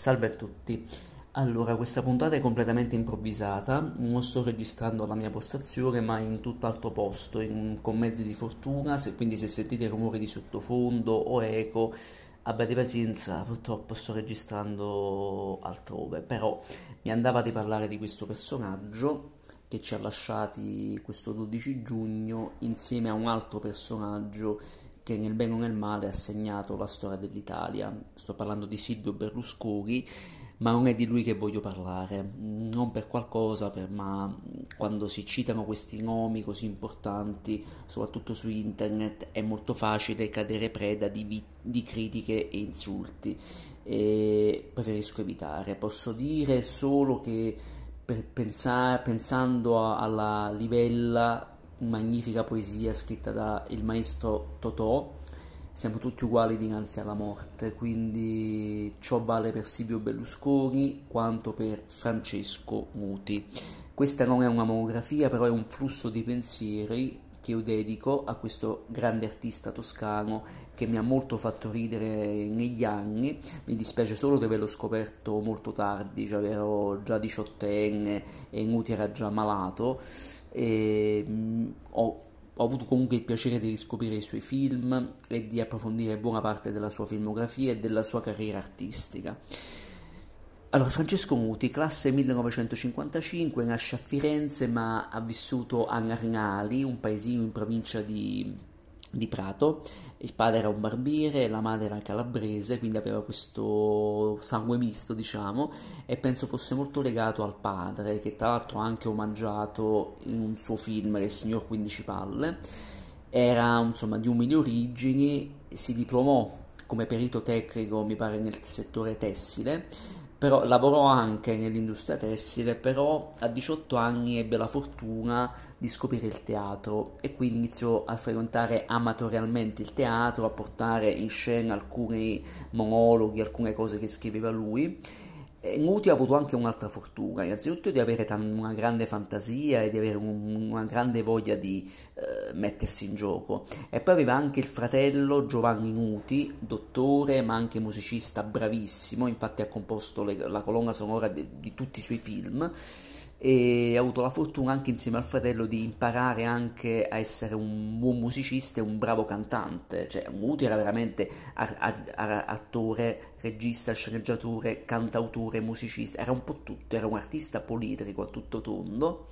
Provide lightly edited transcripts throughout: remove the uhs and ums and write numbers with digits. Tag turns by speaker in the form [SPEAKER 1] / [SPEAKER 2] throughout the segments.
[SPEAKER 1] Salve a tutti. Allora, questa puntata è completamente improvvisata, non sto registrando alla mia postazione, ma in tutt'altro posto, con mezzi di fortuna, quindi se sentite rumori di sottofondo o eco, abbiate pazienza, purtroppo sto registrando altrove, però mi andava di parlare di questo personaggio che ci ha lasciati questo 12 giugno insieme a un altro personaggio che nel bene o nel male ha segnato la storia dell'Italia. Sto parlando di Silvio Berlusconi, ma non è di lui che voglio parlare, non per qualcosa, ma quando si citano questi nomi così importanti, soprattutto su internet, è molto facile cadere preda di critiche e insulti e preferisco evitare. Posso dire solo che pensando alla livella magnifica poesia scritta da il maestro Totò, siamo tutti uguali dinanzi alla morte, quindi ciò vale per Silvio Berlusconi quanto per Francesco Muti. Questa non è una monografia, però è un flusso di pensieri che io dedico a questo grande artista toscano che mi ha molto fatto ridere negli anni. Mi dispiace solo di averlo scoperto molto tardi, cioè ero già diciottenne e Muti era già malato. E, ho avuto comunque il piacere di riscoprire i suoi film e di approfondire buona parte della sua filmografia e della sua carriera artistica. Allora, Francesco Muti, classe 1955, nasce a Firenze ma ha vissuto a Narnali, un paesino in provincia di Prato. Il padre era un barbiere, la madre era calabrese, quindi aveva questo sangue misto, diciamo, e penso fosse molto legato al padre, che tra l'altro ha anche omaggiato in un suo film, Il signor Quindici Palle. Era insomma di umili origini, si diplomò come perito tecnico, mi pare, nel settore tessile, però lavorò anche nell'industria tessile, però a 18 anni ebbe la fortuna di scoprire il teatro e quindi iniziò a frequentare amatorialmente il teatro, a portare in scena alcuni monologhi, alcune cose che scriveva lui. E Muti ha avuto anche un'altra fortuna, innanzitutto di avere una grande fantasia e di avere una grande voglia di mettersi in gioco. E poi aveva anche il fratello Giovanni Muti, dottore ma anche musicista bravissimo, infatti ha composto la colonna sonora di tutti i suoi film e ha avuto la fortuna anche insieme al fratello di imparare anche a essere un buon musicista e un bravo cantante. Cioè Muti era veramente attore, regista, sceneggiatore, cantautore, musicista, era un po' tutto, era un artista poliedrico a tutto tondo.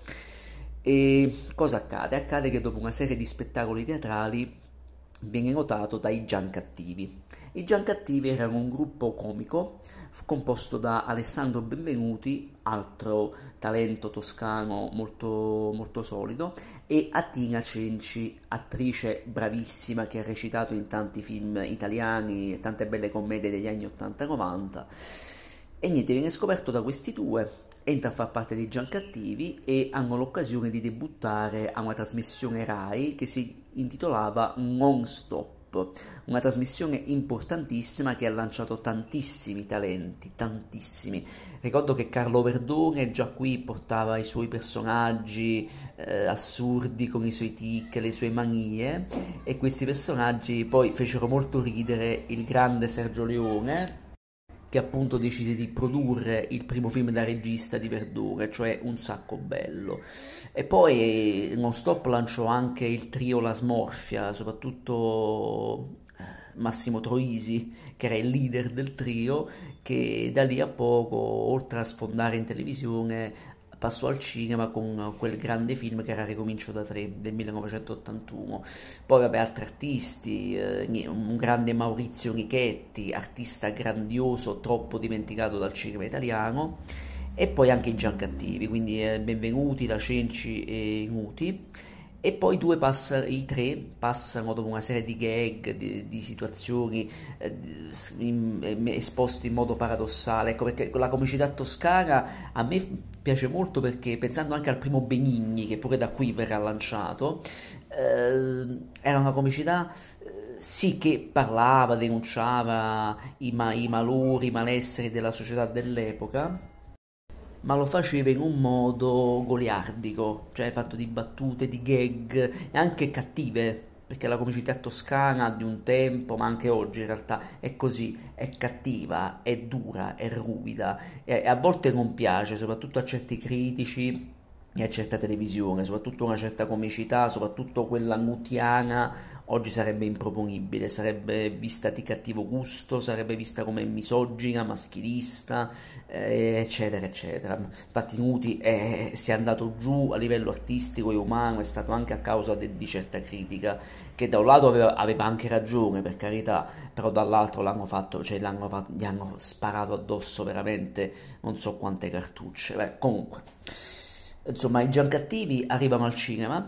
[SPEAKER 1] E cosa accade? Accade che dopo una serie di spettacoli teatrali viene notato dai Giancattivi. I Giancattivi erano un gruppo comico composto da Alessandro Benvenuti, altro talento toscano molto, molto solido, e Atina Cenci, attrice bravissima che ha recitato in tanti film italiani, tante belle commedie degli anni 80-90. E niente, viene scoperto da questi due, entra a far parte dei Giancattivi e hanno l'occasione di debuttare a una trasmissione Rai che si intitolava Non Stop, una trasmissione importantissima che ha lanciato tantissimi talenti, tantissimi. Ricordo che Carlo Verdone già qui portava i suoi personaggi assurdi con i suoi tic, le sue manie, e questi personaggi poi fecero molto ridere il grande Sergio Leone, che appunto decise di produrre il primo film da regista di Verdone, cioè Un sacco bello. E poi Non Stop lanciò anche il trio La Smorfia, soprattutto Massimo Troisi, che era il leader del trio, che da lì a poco, oltre a sfondare in televisione, passò al cinema con quel grande film che era Ricomincio da tre del 1981. Poi vabbè, altri artisti, un grande Maurizio Nichetti, artista grandioso, troppo dimenticato dal cinema italiano, e poi anche i Giancattivi, quindi Benvenuti, La Cenci e Muti. E poi i tre passano dopo una serie di gag, di situazioni esposte in modo paradossale. Ecco perché la comicità toscana a me piace molto, perché pensando anche al primo Benigni, che pure da qui verrà lanciato, era una comicità sì, che parlava, denunciava i malori, i malesseri della società dell'epoca, ma lo faceva in un modo goliardico, cioè fatto di battute, di gag, e anche cattive. perché la comicità toscana di un tempo, ma anche oggi in realtà è così, è cattiva, è dura, è ruvida e a volte non piace, soprattutto a certi critici e a certa televisione, soprattutto una certa comicità, soprattutto quella nutiana, oggi sarebbe improponibile, sarebbe vista di cattivo gusto, sarebbe vista come misogina, maschilista, eccetera, eccetera. Infatti Nuti si è andato giù a livello artistico e umano, è stato anche a causa di certa critica, che da un lato aveva anche ragione, per carità, però dall'altro l'hanno fatto, cioè gli hanno sparato addosso veramente non so quante cartucce. Beh, comunque. Insomma, i Giancattivi arrivano al cinema,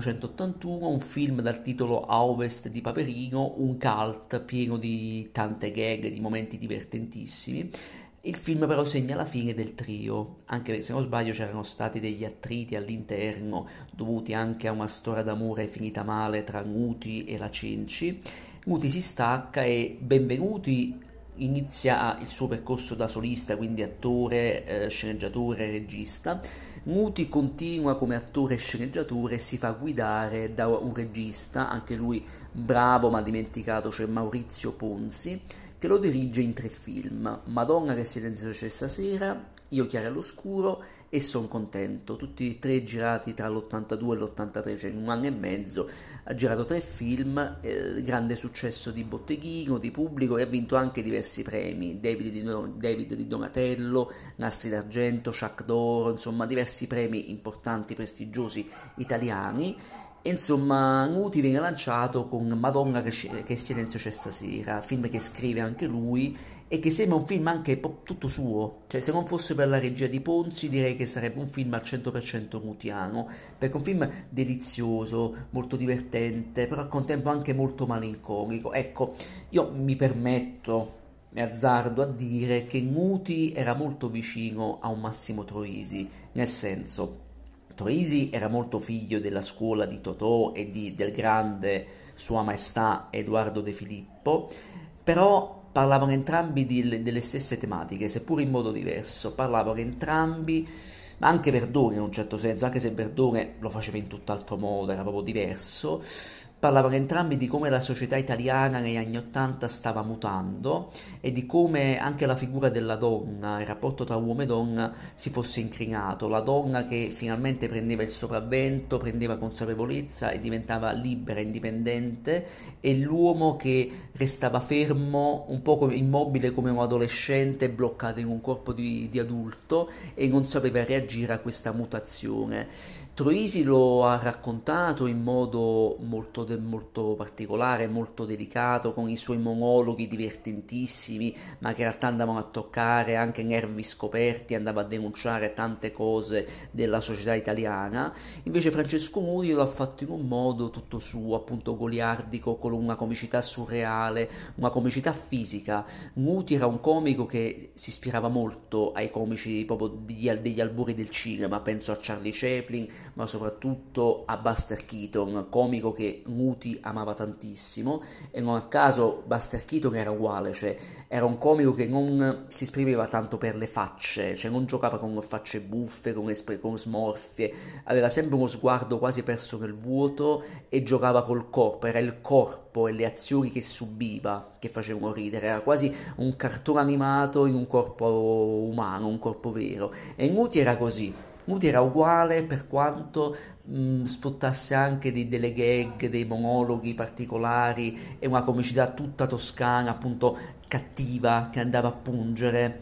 [SPEAKER 1] 1981, un film dal titolo A Ovest di Paperino, un cult pieno di tante gag, di momenti divertentissimi. Il film però segna la fine del trio, anche se non sbaglio c'erano stati degli attriti all'interno, dovuti anche a una storia d'amore finita male tra Nuti e la Cenci. Nuti si stacca e Benvenuti inizia il suo percorso da solista, quindi attore, sceneggiatore, regista. Muti continua come attore e sceneggiatore e si fa guidare da un regista, anche lui bravo ma dimenticato, cioè Maurizio Ponzi, che lo dirige in 3 film: Madonna che silenzio c'è stasera, Io chiaro all'oscuro e Son contento, tutti e 3 girati tra l'82 e l'83, cioè in un anno e mezzo ha girato 3 film, grande successo di botteghino, di pubblico, e ha vinto anche diversi premi, David di Donatello, Nastri d'Argento, Jacques d'Oro, insomma diversi premi importanti, prestigiosi italiani. E insomma, Nuti viene lanciato con Madonna che silenzio c'è stasera, film che scrive anche lui e che sembra un film anche tutto suo, cioè se non fosse per la regia di Ponzi direi che sarebbe un film al 100% nutiano, perché è un film delizioso, molto divertente, però al contempo anche molto malinconico. Ecco, io mi permetto, mi azzardo a dire che Nuti era molto vicino a un Massimo Troisi, nel senso, Troisi era molto figlio della scuola di Totò e del grande Sua Maestà Edoardo De Filippo, però parlavano entrambi delle stesse tematiche, seppur in modo diverso, parlavano entrambi, ma anche Verdone in un certo senso, anche se Verdone lo faceva in tutt'altro modo, era proprio diverso, parlavano entrambi di come la società italiana negli anni Ottanta stava mutando e di come anche la figura della donna, il rapporto tra uomo e donna si fosse incrinato, la donna che finalmente prendeva il sopravvento, prendeva consapevolezza e diventava libera, indipendente, e l'uomo che restava fermo, un po' immobile come un adolescente bloccato in un corpo di adulto e non sapeva reagire a questa mutazione. Troisi lo ha raccontato in modo molto particolare, molto delicato, con i suoi monologhi divertentissimi, ma che in realtà andavano a toccare anche nervi scoperti, andava a denunciare tante cose della società italiana. Invece Francesco Nuti lo ha fatto in un modo tutto suo, appunto goliardico, con una comicità surreale, una comicità fisica. Nuti era un comico che si ispirava molto ai comici proprio degli albori del cinema, penso a Charlie Chaplin, ma soprattutto a Buster Keaton, comico che Nuti amava tantissimo, e non a caso Buster Keaton era uguale, cioè era un comico che non si esprimeva tanto per le facce, cioè non giocava con facce buffe, con smorfie, aveva sempre uno sguardo quasi perso nel vuoto e giocava col corpo, era il corpo e le azioni che subiva che facevano ridere, era quasi un cartone animato in un corpo umano, un corpo vero, e Nuti era così. Muti era uguale per quanto sfruttasse anche delle gag, dei monologhi particolari e una comicità tutta toscana, appunto cattiva, che andava a pungere.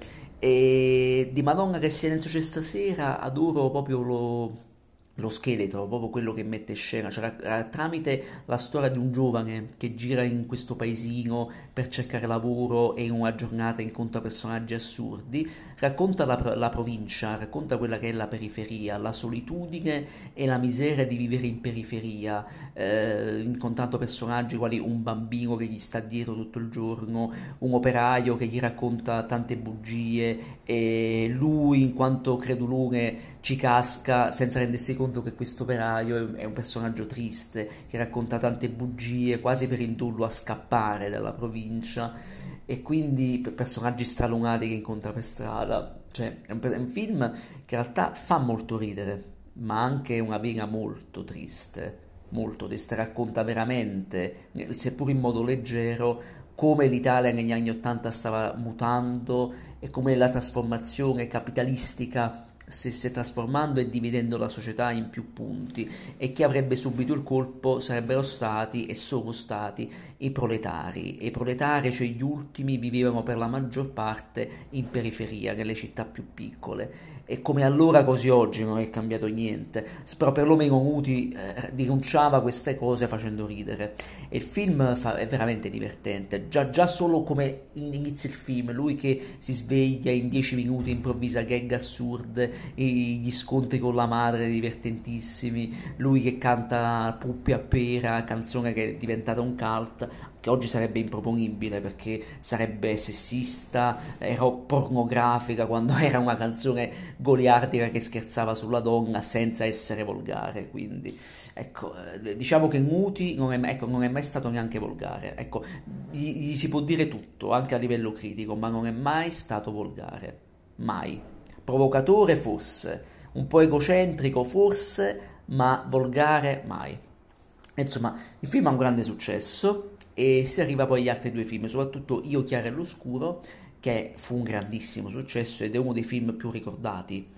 [SPEAKER 1] E di Madonna che silenzio c'è stasera adoro proprio lo scheletro, proprio quello che mette in scena, cioè tramite la storia di un giovane che gira in questo paesino per cercare lavoro e in una giornata incontra personaggi assurdi, racconta la provincia, racconta quella che è la periferia, la solitudine e la miseria di vivere in periferia, incontrando personaggi quali un bambino che gli sta dietro tutto il giorno, un operaio che gli racconta tante bugie e lui, in quanto credulone, ci casca senza rendersi conto che questo operaio è un personaggio triste che racconta tante bugie quasi per indurlo a scappare dalla provincia, e quindi personaggi stralunati che incontra per strada. Cioè è un film che in realtà fa molto ridere, ma anche una vena molto triste. molto, Dest racconta veramente, seppur in modo leggero, come l'Italia negli anni '80 stava mutando e come la trasformazione capitalistica si stesse trasformando e dividendo la società in più punti, e chi avrebbe subito il colpo sarebbero stati e sono stati i proletari. E i proletari, cioè gli ultimi, vivevano per la maggior parte in periferia, nelle città più piccole. E come allora così oggi non è cambiato niente, però perlomeno Muti denunciava queste cose facendo ridere. E il film è veramente divertente, già solo come inizia il film, lui che si sveglia in 10 minuti, improvvisa gag assurde, gli scontri con la madre divertentissimi, lui che canta Puppi a pera, canzone che è diventata un cult, che oggi sarebbe improponibile perché sarebbe sessista, era pornografica, quando era una canzone goliardica che scherzava sulla donna senza essere volgare. Quindi ecco, diciamo che Muti non è mai stato neanche volgare, ecco, gli si può dire tutto anche a livello critico, ma non è mai stato volgare, mai. Provocatore forse, un po' egocentrico forse, ma volgare mai. Insomma, il film ha un grande successo e si arriva poi agli altri due film, soprattutto Io, Chiara e l'Oscuro, che fu un grandissimo successo ed è uno dei film più ricordati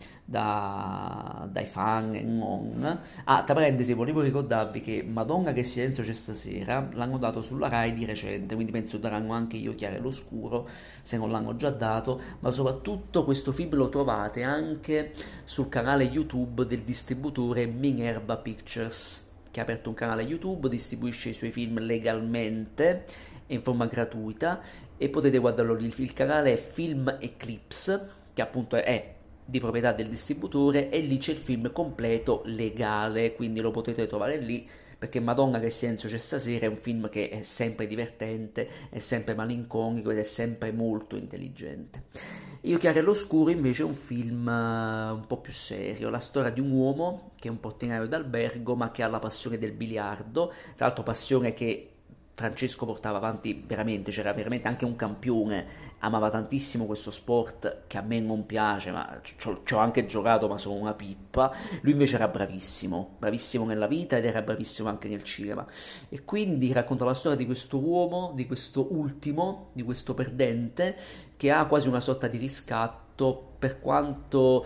[SPEAKER 1] dai fan e non. Ah, tra parentesi, volevo ricordarvi che Madonna che silenzio c'è stasera l'hanno dato sulla Rai di recente, quindi penso daranno anche Io, Chiara e l'Oscuro, se non l'hanno già dato, ma soprattutto questo film lo trovate anche sul canale YouTube del distributore Minerva Pictures, che ha aperto un canale YouTube, distribuisce i suoi film legalmente e in forma gratuita, e potete guardarlo lì. Il canale è Film Eclipse, che appunto è di proprietà del distributore, e lì c'è il film completo legale, quindi lo potete trovare lì, perché Madonna che silenzio c'è stasera è un film che è sempre divertente, è sempre malinconico ed è sempre molto intelligente. Io, Chiara e l'Oscuro invece è un film un po' più serio, la storia di un uomo che è un portinaio d'albergo ma che ha la passione del biliardo, tra l'altro passione che Francesco portava avanti veramente, c'era veramente anche un campione, amava tantissimo questo sport che a me non piace, ma ci ho anche giocato ma sono una pippa. Lui invece era bravissimo, bravissimo nella vita ed era bravissimo anche nel cinema, e quindi racconta la storia di questo uomo, di questo ultimo, di questo perdente, che ha quasi una sorta di riscatto, per quanto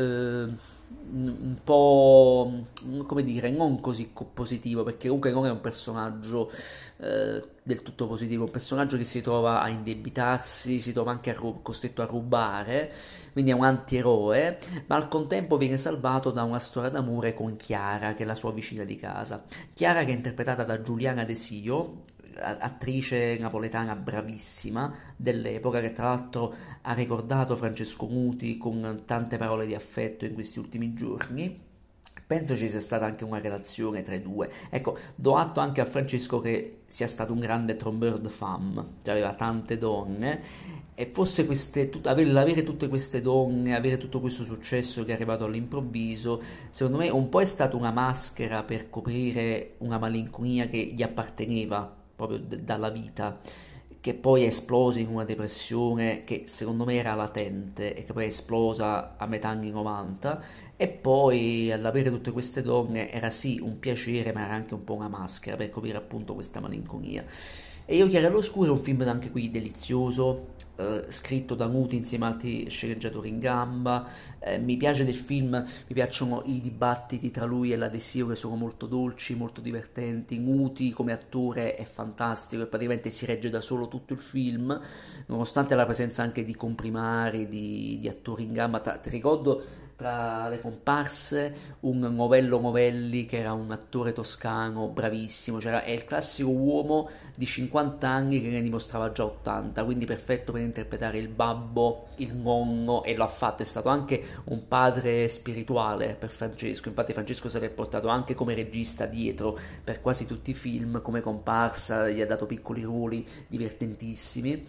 [SPEAKER 1] un po', come dire, non così positivo, perché comunque non è un personaggio del tutto positivo, è un personaggio che si trova a indebitarsi, si trova anche costretto a rubare, quindi è un antieroe, ma al contempo viene salvato da una storia d'amore con Chiara, che è la sua vicina di casa. Chiara, che è interpretata da Giuliana De Sio, attrice napoletana bravissima dell'epoca, che tra l'altro ha ricordato Francesco Muti con tante parole di affetto in questi ultimi giorni. Penso ci sia stata anche una relazione tra i due. Ecco, do atto anche a Francesco che sia stato un grande Trombird fan, cioè aveva tante donne, e forse l'avere tutte queste donne, avere tutto questo successo che è arrivato all'improvviso, secondo me un po' è stata una maschera per coprire una malinconia che gli apparteneva proprio dalla vita, che poi è esplosa in una depressione che secondo me era latente e che poi è esplosa a metà anni 90, e poi all'avere tutte queste donne era sì un piacere, ma era anche un po' una maschera per coprire appunto questa malinconia. E Io, Chiara e l'Oscuro è un film anche qui delizioso, scritto da Muti insieme a altri sceneggiatori in gamba. Mi piace del film, mi piacciono i dibattiti tra lui e la De Sio, che sono molto dolci, molto divertenti. Muti come attore è fantastico e praticamente si regge da solo tutto il film, nonostante la presenza anche di comprimari, di attori in gamba. Ti ricordo tra le comparse un Novello Novelli, che era un attore toscano bravissimo, è il classico uomo di 50 anni che ne dimostrava già 80, quindi perfetto per interpretare il babbo, il nonno, e lo ha fatto, è stato anche un padre spirituale per Francesco. Infatti Francesco si è portato anche come regista dietro per quasi tutti i film, come comparsa, gli ha dato piccoli ruoli divertentissimi.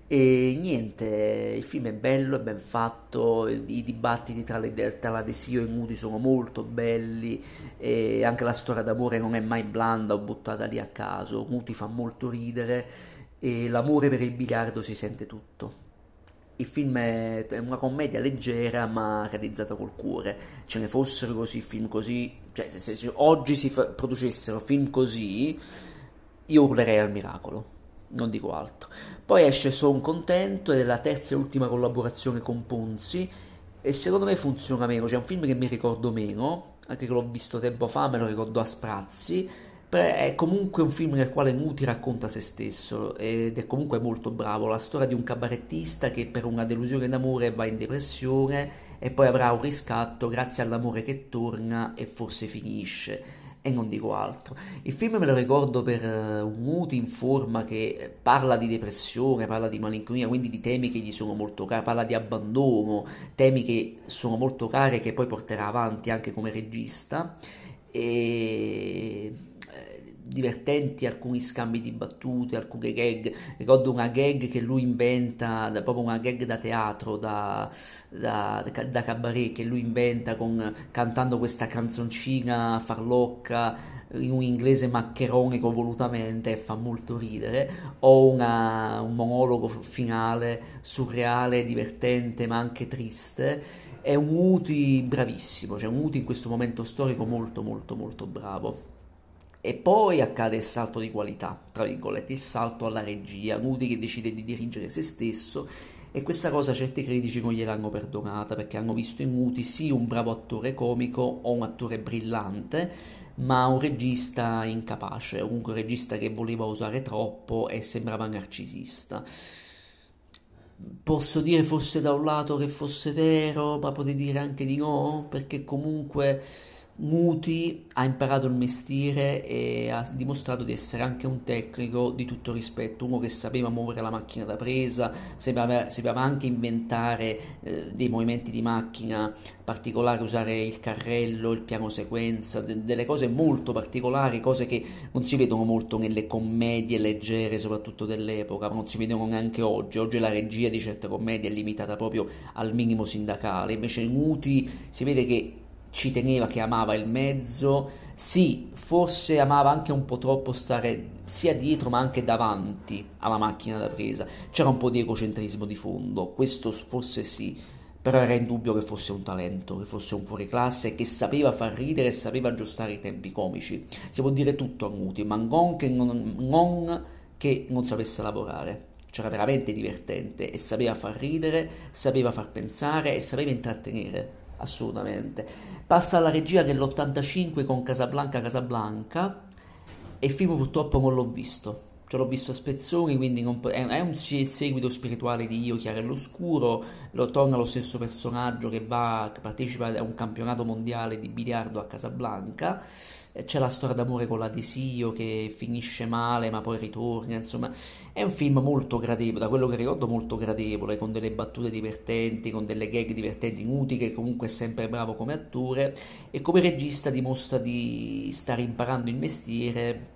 [SPEAKER 1] E niente, il film è bello, è ben fatto, i dibattiti tra la De Sio e Muti sono molto belli, e anche la storia d'amore non è mai blanda o buttata lì a caso. Muti fa molto ridere e l'amore per il biliardo si sente tutto. il film è una commedia leggera ma realizzata col cuore. Ce ne fossero così film così, cioè se oggi producessero film così, io urlerei al miracolo, non dico altro. Poi esce Son contento ed è la terza e ultima collaborazione con Ponzi e secondo me funziona meno, c'è un film che mi ricordo meno, anche che l'ho visto tempo fa, me lo ricordo a sprazzi, però è comunque un film nel quale Muti racconta se stesso ed è comunque molto bravo, la storia di un cabarettista che per una delusione d'amore va in depressione e poi avrà un riscatto grazie all'amore che torna e forse finisce. E non dico altro. Il film me lo ricordo per un Muti in forma che parla di depressione, parla di malinconia, quindi di temi che gli sono molto cari, parla di abbandono, temi che sono molto cari e che poi porterà avanti anche come regista. E divertenti alcuni scambi di battute, alcune gag. Ricordo una gag che lui inventa, proprio una gag da teatro, da cabaret, che lui inventa cantando questa canzoncina farlocca in un inglese maccheronico volutamente e fa molto ridere, o un monologo finale surreale, divertente ma anche triste. È un Muti bravissimo, cioè un Muti in questo momento storico molto molto molto bravo. E poi accade il salto di qualità, tra virgolette, il salto alla regia, Muti che decide di dirigere se stesso e questa cosa certi critici non gliel'hanno perdonata perché hanno visto in Muti sì un bravo attore comico o un attore brillante, ma un regista incapace, comunque un regista che voleva usare troppo e sembrava narcisista. Posso dire forse da un lato che fosse vero, ma potete dire anche di no, perché comunque Muti ha imparato il mestiere e ha dimostrato di essere anche un tecnico di tutto rispetto, uno che sapeva muovere la macchina da presa, sapeva anche inventare dei movimenti di macchina particolari, usare il carrello, il piano sequenza, delle cose molto particolari, cose che non si vedono molto nelle commedie leggere, soprattutto dell'epoca, ma non si vedono neanche oggi. Oggi la regia di certe commedie è limitata proprio al minimo sindacale, invece Muti si vede che ci teneva, che amava il mezzo, sì, forse amava anche un po' troppo stare sia dietro ma anche davanti alla macchina da presa, c'era un po' di egocentrismo di fondo, questo forse sì, però era indubbio che fosse un talento, che fosse un fuoriclasse, che sapeva far ridere e sapeva aggiustare i tempi comici, si può dire tutto a Muti, ma non che non sapesse lavorare. C'era veramente divertente e sapeva far ridere, sapeva far pensare e sapeva intrattenere, assolutamente. Passa alla regia dell'85 con Casablanca e il film purtroppo non l'ho visto. Cioè, l'ho visto a spezzoni, quindi è un seguito spirituale di Io, Chiaro e l'Oscuro. Torna lo stesso personaggio che partecipa a un campionato mondiale di biliardo a Casablanca. C'è la storia d'amore con la Desio che finisce male ma poi ritorna, insomma è un film molto gradevole, da quello che ricordo molto gradevole, con delle battute divertenti, con delle gag divertenti, Muti che comunque è sempre bravo come attore e come regista dimostra di stare imparando il mestiere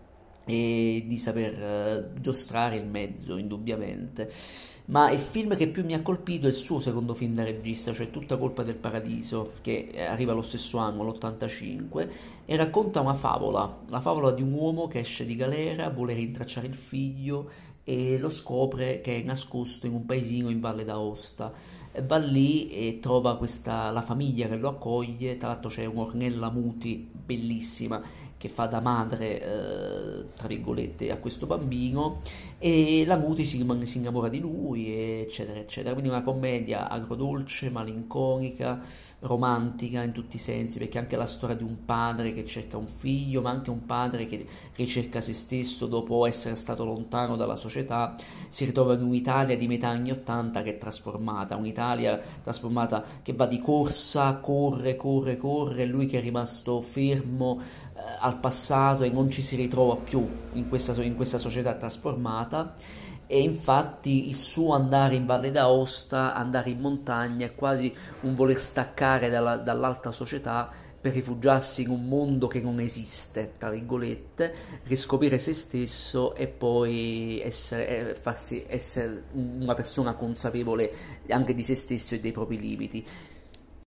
[SPEAKER 1] e di saper giostrare il mezzo, indubbiamente. Ma il film che più mi ha colpito è il suo secondo film da regista, cioè Tutta colpa del paradiso, che arriva lo stesso anno, l'85, e racconta una favola, la favola di un uomo che esce di galera, vuole rintracciare il figlio e lo scopre che è nascosto in un paesino in Valle d'Aosta. E va lì e trova la famiglia che lo accoglie, tra l'altro c'è un'Ornella Muti bellissima che fa da madre, tra virgolette, a questo bambino e la Muti si innamora di lui, eccetera, eccetera. Quindi una commedia agrodolce, malinconica, romantica in tutti i sensi, perché anche la storia di un padre che cerca un figlio, ma anche un padre che ricerca se stesso dopo essere stato lontano dalla società, si ritrova in un'Italia di metà anni 80 che è trasformata, un'Italia trasformata che va di corsa, corre, corre, corre, lui che è rimasto fermo al passato e non ci si ritrova più in questa società trasformata e infatti il suo andare in Valle d'Aosta, andare in montagna è quasi un voler staccare dall'alta società per rifugiarsi in un mondo che non esiste, tra virgolette, riscoprire se stesso e poi farsi essere una persona consapevole anche di se stesso e dei propri limiti.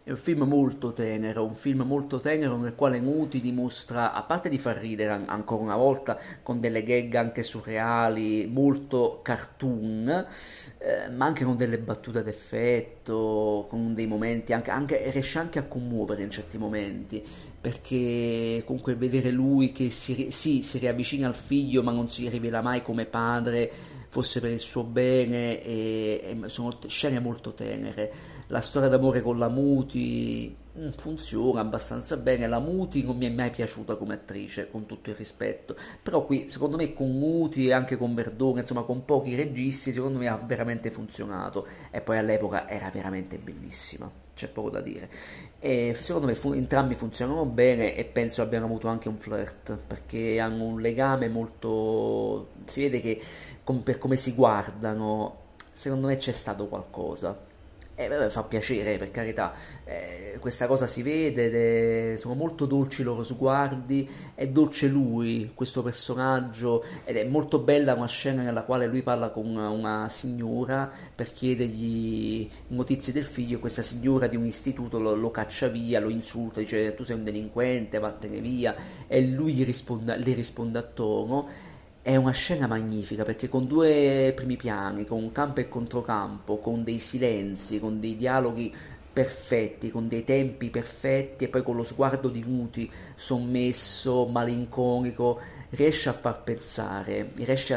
[SPEAKER 1] È un film molto tenero nel quale Muti dimostra, a parte di far ridere ancora una volta, con delle gag anche surreali, molto cartoon, ma anche con delle battute d'effetto, con dei momenti, riesce anche a commuovere in certi momenti, perché comunque vedere lui che sì, si riavvicina al figlio ma non si rivela mai come padre, fosse per il suo bene, e sono scene molto tenere. La storia d'amore con la Muti funziona abbastanza bene. La Muti non mi è mai piaciuta come attrice, con tutto il rispetto, però qui secondo me con Muti e anche con Verdone, insomma con pochi registi, secondo me ha veramente funzionato, e poi all'epoca era veramente bellissima, c'è poco da dire. E secondo me entrambi funzionano bene, e penso abbiano avuto anche un flirt, perché hanno un legame molto, si vede che per come si guardano, secondo me c'è stato qualcosa. E vabbè, fa piacere, per carità, questa cosa si vede, sono molto dolci i loro sguardi, è dolce lui, questo personaggio, ed è molto bella una scena nella quale lui parla con una signora per chiedergli notizie del figlio, e questa signora di un istituto lo caccia via, lo insulta, dice tu sei un delinquente, vattene via, e lui le risponde a tono. È una scena magnifica, perché con due primi piani, con un campo e controcampo, con dei silenzi, con dei dialoghi perfetti, con dei tempi perfetti, e poi con lo sguardo di Muti sommesso, malinconico, riesce a far pensare, riesce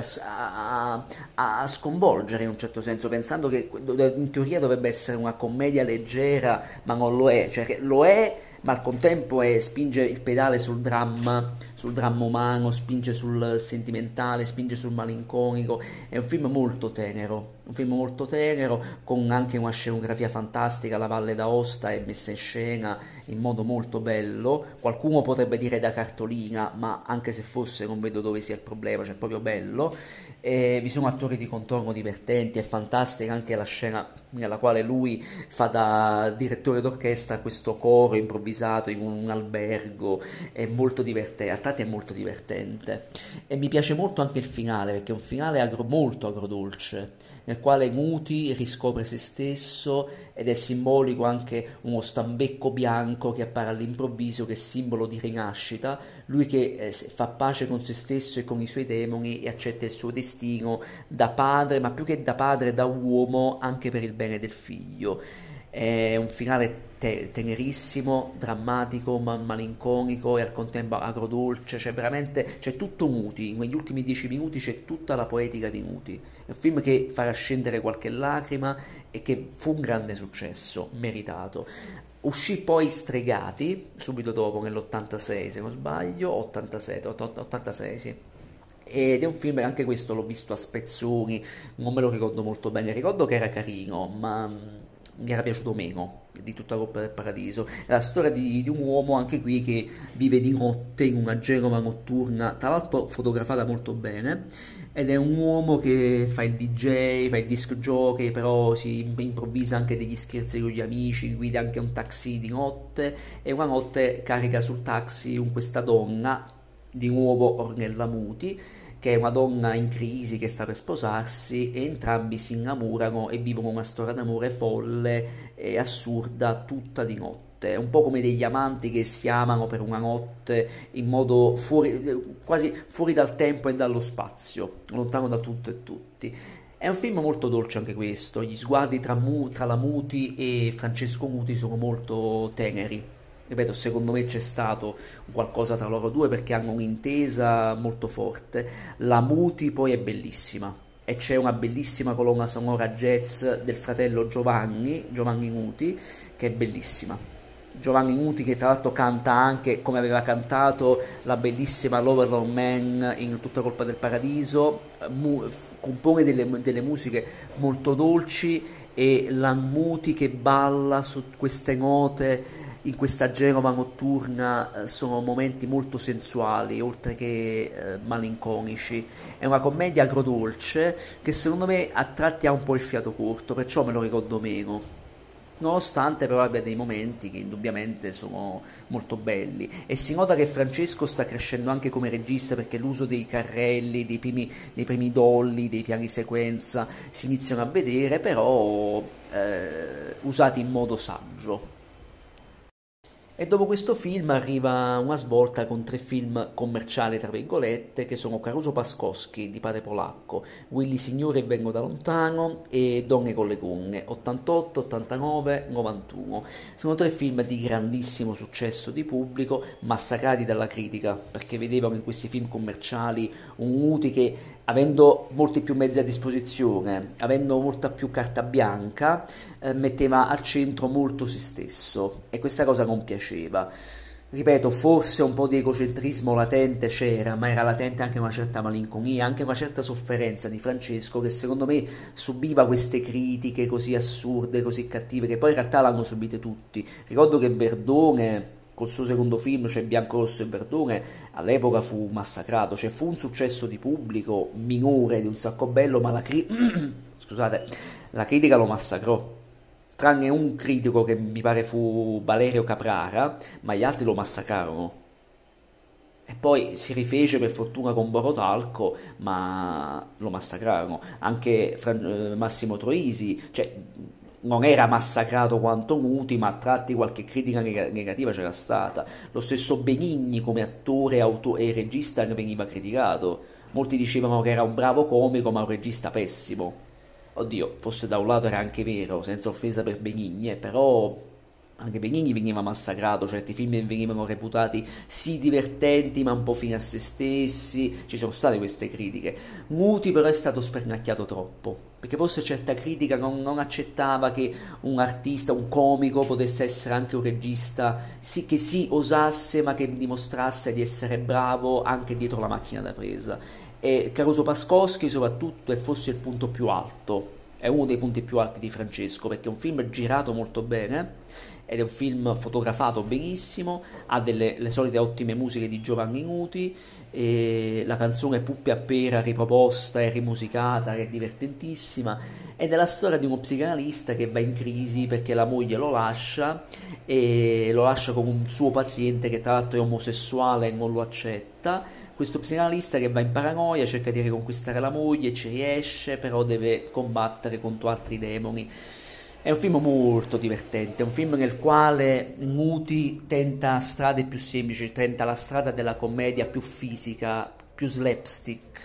[SPEAKER 1] a sconvolgere in un certo senso, pensando che in teoria dovrebbe essere una commedia leggera, ma non lo è, cioè lo è, ma al contempo spinge il pedale sul dramma umano, spinge sul sentimentale, spinge sul malinconico. È un film molto tenero, con anche una scenografia fantastica. La Valle d'Aosta è messa in scena in modo molto bello, qualcuno potrebbe dire da cartolina, ma anche se fosse non vedo dove sia il problema, cioè è proprio bello. E vi sono attori di contorno divertenti, è fantastica anche la scena nella quale lui fa da direttore d'orchestra questo coro improvvisato in un albergo, è molto divertente, a tratti è molto divertente. E mi piace molto anche il finale, perché è un finale molto agrodolce, nel quale Muti riscopre se stesso, ed è simbolico anche uno stambecco bianco che appare all'improvviso, che è simbolo di rinascita, lui che fa pace con se stesso e con i suoi demoni, e accetta il suo destino da padre, ma più che da padre, da uomo, anche per il bene del figlio. È un finale tenerissimo, drammatico, malinconico, e al contempo agrodolce, cioè veramente c'è tutto Muti, negli ultimi 10 minuti c'è tutta la poetica di Muti. È un film che farà scendere qualche lacrima, e che fu un grande successo, meritato. Uscì poi Stregati, subito dopo, nell'86 se non sbaglio, 87, 86 sì. Ed è un film, anche questo l'ho visto a spezzoni, non me lo ricordo molto bene, ricordo che era carino, ma mi era piaciuto meno di Tutta colpa del paradiso. È la storia di un uomo, anche qui, che vive di notte in una Genova notturna, tra l'altro fotografata molto bene, ed è un uomo che fa il DJ, fa il disc jockey, però si improvvisa anche degli scherzi con gli amici, guida anche un taxi di notte, e una notte carica sul taxi questa donna, di nuovo Ornella Muti, che è una donna in crisi che sta per sposarsi, e entrambi si innamorano e vivono una storia d'amore folle e assurda, tutta di notte. È un po' come degli amanti che si amano per una notte in modo quasi fuori dal tempo e dallo spazio, lontano da tutto e tutti. È un film molto dolce anche questo, gli sguardi tra la Muti e Francesco Muti sono molto teneri. Ripeto, secondo me c'è stato qualcosa tra loro due, perché hanno un'intesa molto forte. La Muti poi è bellissima, e c'è una bellissima colonna sonora jazz del fratello Giovanni Muti, che è bellissima. Giovanni Muti, che tra l'altro canta anche, come aveva cantato la bellissima Loverlord Man in Tutta colpa del paradiso, compone delle musiche molto dolci, e la Muti che balla su queste note in questa Genova notturna, sono momenti molto sensuali, oltre che malinconici. È una commedia agrodolce che secondo me a tratti ha un po' il fiato corto, perciò me lo ricordo meno. Nonostante però abbia dei momenti che indubbiamente sono molto belli, e si nota che Francesco sta crescendo anche come regista, perché l'uso dei carrelli, dei primi dolly, dei piani sequenza si iniziano a vedere, però usati in modo saggio. E dopo questo film arriva una svolta con 3 film commerciali, tra virgolette, che sono Caruso Pascoski di padre polacco, Willy Signore e Vengo da lontano e Donne con le gonne, 88, 89, 91. Sono 3 film di grandissimo successo di pubblico, massacrati dalla critica, perché vedevano in questi film commerciali un Muti che, avendo molti più mezzi a disposizione, avendo molta più carta bianca, metteva al centro molto se stesso, e questa cosa non piaceva. Ripeto, forse un po' di egocentrismo latente c'era, ma era latente anche una certa malinconia, anche una certa sofferenza di Francesco, che secondo me subiva queste critiche così assurde, così cattive, che poi in realtà l'hanno subite tutti. Ricordo che Verdone, col suo secondo film, cioè Bianco, Rosso e Verdone, all'epoca fu massacrato, cioè fu un successo di pubblico minore di Un sacco bello, ma scusate, la critica lo massacrò. Tranne un critico che mi pare fu Valerio Caprara, ma gli altri lo massacrarono. E poi si rifece per fortuna con Borotalco, ma lo massacrarono. Anche Massimo Troisi, cioè non era massacrato quanto Muti, ma a tratti qualche critica negativa c'era stata. Lo stesso Benigni come attore e regista ne veniva criticato. Molti dicevano che era un bravo comico, ma un regista pessimo. Oddio, forse da un lato era anche vero, senza offesa per Benigni, però anche Benigni veniva massacrato, certi film venivano reputati sì divertenti ma un po' fine a se stessi, ci sono state queste critiche. Muti però è stato spernacchiato troppo, perché forse certa critica non accettava che un artista, un comico potesse essere anche un regista, sì, che sì osasse ma che dimostrasse di essere bravo anche dietro la macchina da presa. E Caruso Pascoski soprattutto è forse il punto più alto, è uno dei punti più alti di Francesco, perché è un film girato molto bene ed è un film fotografato benissimo, ha le solite ottime musiche di Giovanni Nuti, e la canzone Puppe a pera riproposta e rimusicata è divertentissima, ed è la storia di uno psicanalista che va in crisi perché la moglie lo lascia, e lo lascia con un suo paziente che tra l'altro è omosessuale e non lo accetta. Questo psicanalista che va in paranoia, cerca di riconquistare la moglie, ci riesce, però deve combattere contro altri demoni. È un film molto divertente, è un film nel quale Muti tenta strade più semplici, tenta la strada della commedia più fisica, più slapstick.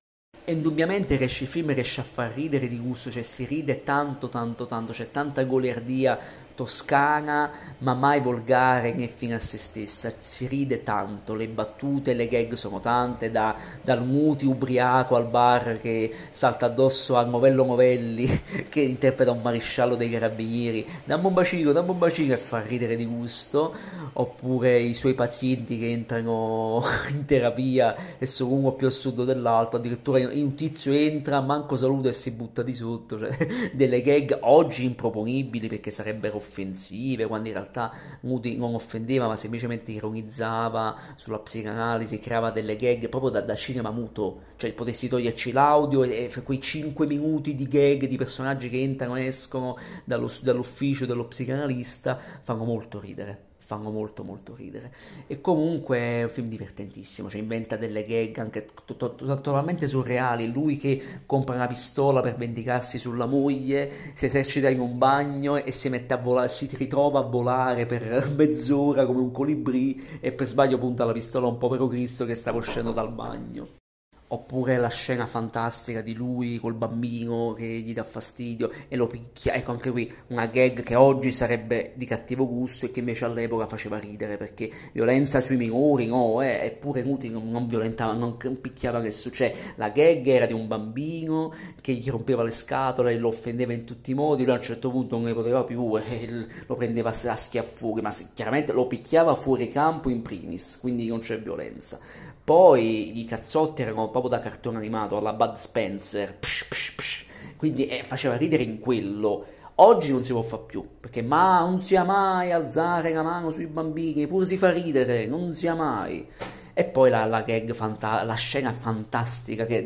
[SPEAKER 1] E indubbiamente il film riesce a far ridere di gusto, cioè si ride tanto tanto tanto, c'è tanta goliardia toscana, ma mai volgare né fine a se stessa, si ride tanto, le battute, le gag sono tante, dal Muti ubriaco al bar che salta addosso al Novello Novelli che interpreta un maresciallo dei carabinieri, dammi un bacino e fa ridere di gusto, oppure i suoi pazienti che entrano in terapia e sono uno più assurdo dell'altro, addirittura un tizio entra, manco saluta e si butta di sotto, cioè delle gag oggi improponibili perché sarebbero offensive, quando in realtà Moody non offendeva ma semplicemente ironizzava sulla psicanalisi, creava delle gag proprio da cinema muto, cioè potessi toglierci l'audio e quei 5 minuti di gag di personaggi che entrano e escono dall'ufficio dello psicanalista fanno molto ridere. Fanno molto molto ridere, e comunque è un film divertentissimo, cioè inventa delle gag anche totalmente surreali. Lui che compra una pistola per vendicarsi sulla moglie, si esercita in un bagno e si mette a volare, si ritrova a volare per mezz'ora come un colibrì e per sbaglio punta la pistola a un povero Cristo che stava uscendo dal bagno. Oppure la scena fantastica di lui col bambino che gli dà fastidio e lo picchia, ecco anche qui una gag che oggi sarebbe di cattivo gusto e che invece all'epoca faceva ridere, perché violenza sui minori no, eppure Muti non violentava, non picchiava nessuno, cioè la gag era di un bambino che gli rompeva le scatole e lo offendeva in tutti i modi, lui a un certo punto non ne poteva più e lo prendeva a schiaffoni, ma chiaramente lo picchiava fuori campo in primis, quindi non c'è violenza. Poi i cazzotti erano proprio da cartone animato, alla Bud Spencer, psh, psh, psh. Quindi faceva ridere in quello. Oggi non si può fare più, perché ma non sia mai alzare la mano sui bambini, pure si fa ridere, non sia mai. E poi la gag, la scena fantastica che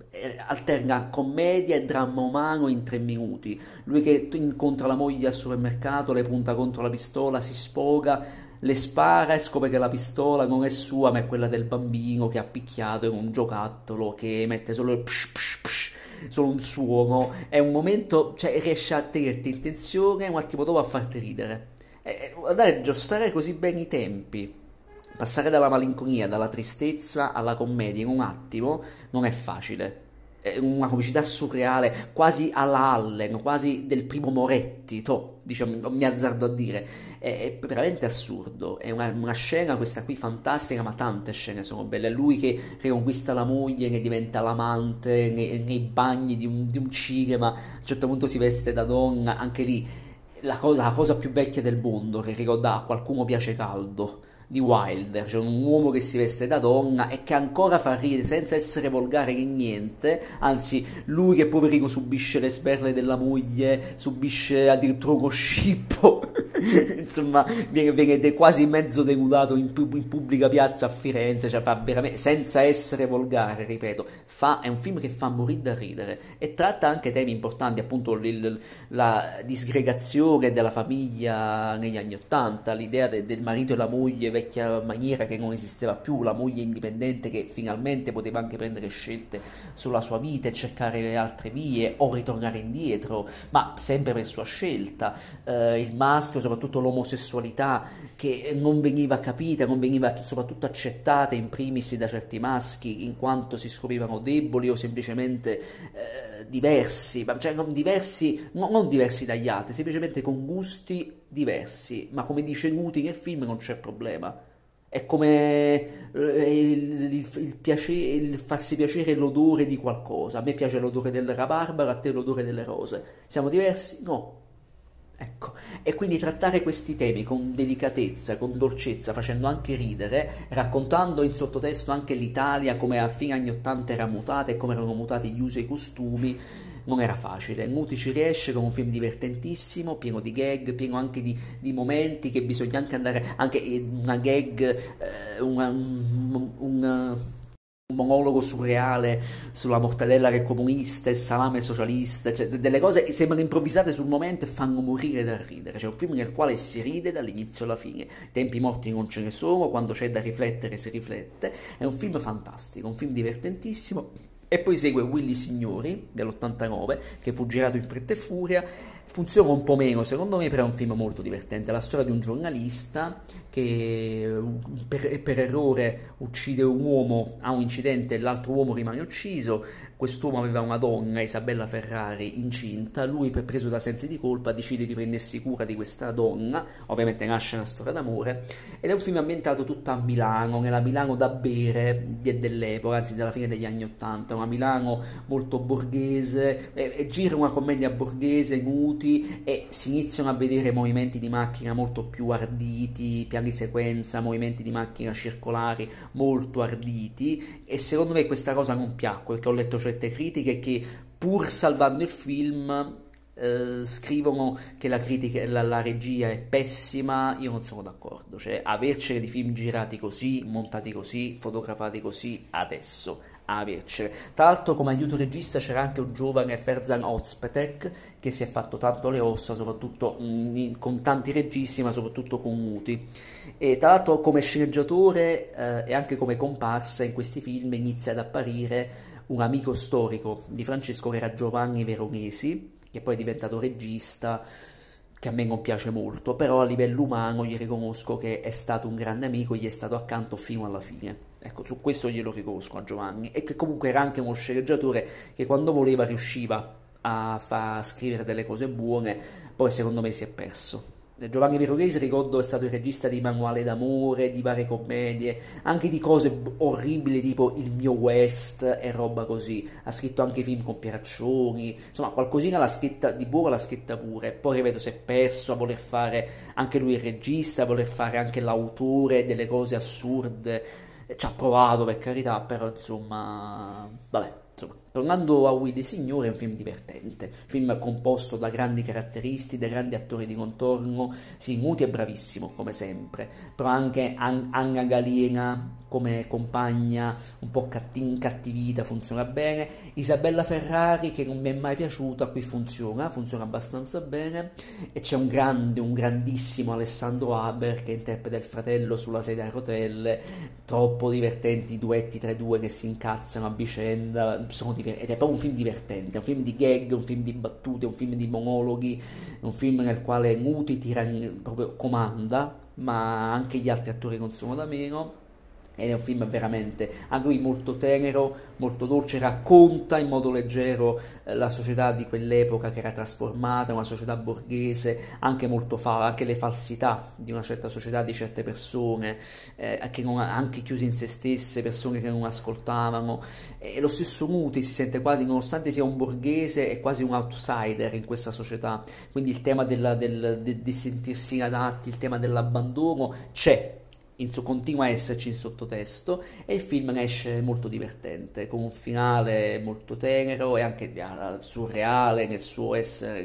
[SPEAKER 1] alterna commedia e dramma umano in 3 minuti. Lui che incontra la moglie al supermercato, le punta contro la pistola, si sfoga, le spara e scopre che la pistola non è sua ma è quella del bambino che ha picchiato, è un giocattolo che emette solo il psh psh psh, solo un suono, è un momento, cioè riesce a tenerti in tensione e un attimo dopo a farti ridere. guardare, aggiustare così bene i tempi, passare dalla malinconia, dalla tristezza alla commedia in un attimo non è facile. È una comicità surreale, quasi alla Allen, quasi del primo Moretti, diciamo, mi azzardo a dire. È veramente assurdo. È una scena, questa qui, fantastica, ma tante scene sono belle. Lui che riconquista la moglie, che diventa l'amante nei bagni di un cinema. A un certo punto si veste da donna, anche lì la cosa più vecchia del mondo, che ricorda A qualcuno piace caldo di Wilder, cioè un uomo che si veste da donna e che ancora fa ridere senza essere volgare che niente, anzi lui che poverino subisce le sberle della moglie, subisce addirittura uno scippo, insomma viene quasi mezzo denudato in pubblica piazza a Firenze, cioè fa veramente, senza essere volgare, ripeto, è un film che fa morire da ridere e tratta anche temi importanti, appunto la disgregazione della famiglia negli anni Ottanta, l'idea del marito e la moglie vecchia maniera che non esisteva più, la moglie indipendente che finalmente poteva anche prendere scelte sulla sua vita e cercare altre vie o ritornare indietro, ma sempre per sua scelta, il maschio, soprattutto l'omosessualità che non veniva capita, non veniva soprattutto accettata in primis da certi maschi in quanto si scoprivano deboli o semplicemente diversi, cioè non diversi, non diversi dagli altri, semplicemente con gusti diversi, ma come dice Nuti nel film non c'è problema. È come il farsi piacere l'odore di qualcosa. A me piace l'odore del rabarbaro, a te l'odore delle rose. Siamo diversi? No. Ecco, e quindi trattare questi temi con delicatezza, con dolcezza, facendo anche ridere, raccontando in sottotesto anche l'Italia come a fine anni '80 era mutata e come erano mutati gli usi e i costumi, non era facile. Muti ci riesce con un film divertentissimo, pieno di gag, pieno anche di momenti che bisogna anche andare, anche una gag, un monologo surreale sulla mortadella che è comunista e salame socialista, cioè delle cose sembrano improvvisate sul momento e fanno morire da ridere. C'è un film nel quale si ride dall'inizio alla fine, tempi morti non ce ne sono, quando c'è da riflettere si riflette, è un film fantastico, un film divertentissimo. E poi segue Willy Signori dell'89 che fu girato in fretta e furia, funziona un po' meno secondo me, però è un film molto divertente, la storia di un giornalista che per errore uccide un uomo, ha un incidente e l'altro uomo rimane ucciso. Quest'uomo aveva una donna, Isabella Ferrari, incinta, lui preso da sensi di colpa decide di prendersi cura di questa donna, ovviamente nasce una storia d'amore, ed è un film ambientato tutto a Milano, nella Milano da bere dell'epoca, anzi della fine degli anni '80, una Milano molto borghese, e gira una commedia borghese, Nuti, e si iniziano a vedere movimenti di macchina molto più arditi, piani sequenza, movimenti di macchina circolari molto arditi, e secondo me questa cosa non piacque, perché ho letto certe critiche che pur salvando il film scrivono che la regia è pessima. Io non sono d'accordo, cioè avercene di film girati così, montati così, fotografati così adesso, avercene. Tra l'altro come aiuto regista c'era anche un giovane Ferzan Özpetek che si è fatto tanto le ossa, soprattutto con tanti registi, ma soprattutto con Muti. E tra l'altro come sceneggiatore e anche come comparsa in questi film inizia ad apparire un amico storico di Francesco che era Giovanni Veronesi, che poi è diventato regista, che a me non piace molto, però a livello umano gli riconosco che è stato un grande amico, gli è stato accanto fino alla fine. Ecco, su questo glielo riconosco a Giovanni, e che comunque era anche uno sceneggiatore che quando voleva riusciva a far scrivere delle cose buone, poi secondo me si è perso. Giovanni Veronesi, ricordo, è stato il regista di Manuale d'amore, di varie commedie, anche di cose orribili tipo Il mio West e roba così. Ha scritto anche film con Pieraccioni, insomma qualcosina l'ha scritta, di buono l'ha scritta pure. Poi ripeto, si è perso a voler fare anche lui il regista, a voler fare anche l'autore delle cose assurde. Ci ha provato, per carità, però insomma, vabbè. Insomma, tornando a Willy Signore, è un film divertente, film composto da grandi caratteristi, da grandi attori di contorno. Sì, Muti è bravissimo come sempre, però anche Anna Galena come compagna un po' incattivita funziona bene. Isabella Ferrari, che non mi è mai piaciuta, qui funziona abbastanza bene, e c'è un grandissimo Alessandro Haber che interpreta il fratello sulla sedia a rotelle. Troppo divertenti i duetti tra i due che si incazzano a vicenda, sono divertenti ed è proprio un film divertente, è un film di gag, un film di battute, un film di monologhi, un film nel quale Muti proprio comanda, ma anche gli altri attori non sono da meno. Ed è un film veramente, anche lui molto tenero, molto dolce, racconta in modo leggero la società di quell'epoca che era trasformata, una società borghese, anche molto anche le falsità di una certa società, di certe persone, anche chiuse in se stesse, persone che non ascoltavano. E lo stesso Muti si sente quasi, nonostante sia un borghese, è quasi un outsider in questa società. Quindi il tema di sentirsi inadatti, il tema dell'abbandono c'è, continua a esserci in sottotesto, e il film ne esce molto divertente, con un finale molto tenero e anche surreale nel suo essere,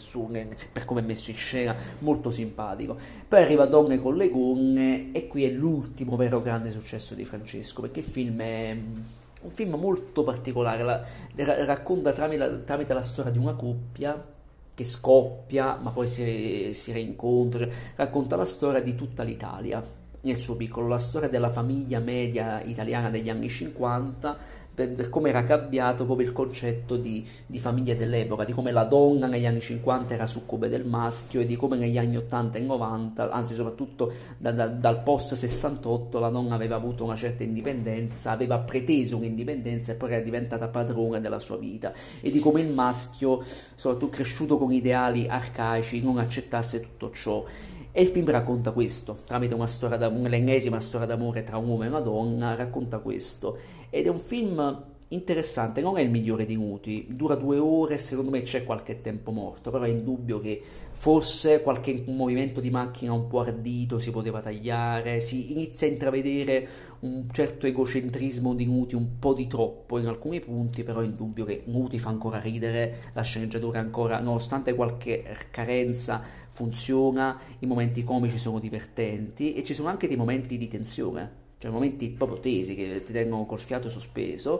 [SPEAKER 1] per come è messo in scena, molto simpatico. Poi arriva Donne con le gonne, e qui è l'ultimo vero grande successo di Francesco, perché il film è un film molto particolare, racconta tramite la storia di una coppia che scoppia, ma poi si reincontra, cioè, racconta la storia di tutta l'Italia nel suo piccolo, la storia della famiglia media italiana degli anni 50, per come era cambiato proprio il concetto di famiglia dell'epoca, di come la donna negli anni 50 era succube del maschio, e di come negli anni 80 e 90, anzi soprattutto dal post 68, la donna aveva avuto una certa indipendenza, aveva preteso un'indipendenza e poi era diventata padrona della sua vita, e di come il maschio, soprattutto cresciuto con ideali arcaici, non accettasse tutto ciò. E il film racconta questo, tramite l'ennesima storia d'amore tra un uomo e una donna, racconta questo. Ed è un film interessante, non è il migliore di Muti, dura 2 ore, secondo me c'è qualche tempo morto, però è indubbio che forse qualche movimento di macchina un po' ardito si poteva tagliare, si inizia a intravedere un certo egocentrismo di Muti, un po' di troppo in alcuni punti, però è indubbio che Muti fa ancora ridere, la sceneggiatura ancora, nonostante qualche carenza, funziona, i momenti comici sono divertenti e ci sono anche dei momenti di tensione, cioè momenti proprio tesi che ti tengono col fiato sospeso,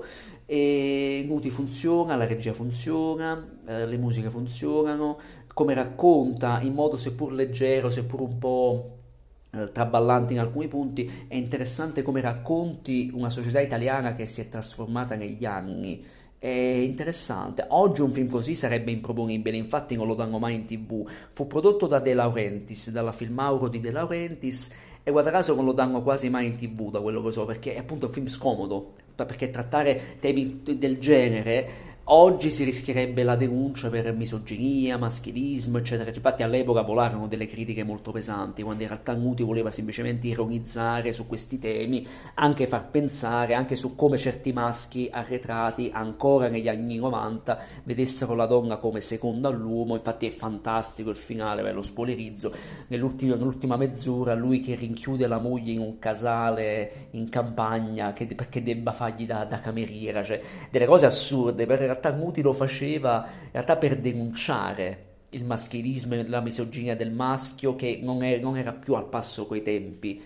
[SPEAKER 1] e Muti funziona, la regia funziona, le musiche funzionano, come racconta in modo seppur leggero, seppur un po' traballante in alcuni punti, è interessante come racconti una società italiana che si è trasformata negli anni. È interessante. Oggi un film così sarebbe improponibile, infatti non lo danno mai in TV. Fu prodotto da De Laurentiis, dalla Filmauro di De Laurentiis, e guarda caso non lo danno quasi mai in TV, da quello che so, perché è appunto un film scomodo, perché trattare temi del genere oggi si rischierebbe la denuncia per misoginia, maschilismo, eccetera. Infatti all'epoca volarono delle critiche molto pesanti, quando in realtà Muti voleva semplicemente ironizzare su questi temi, anche far pensare anche su come certi maschi arretrati ancora negli anni 90 vedessero la donna come seconda all'uomo. Infatti è fantastico il finale, ve lo spoilerizzo, nell'ultima mezz'ora lui che rinchiude la moglie in un casale in campagna perché debba fargli da cameriera, cioè delle cose assurde. In realtà Muti lo faceva in realtà per denunciare il maschilismo e la misoginia del maschio, che non era più al passo coi tempi,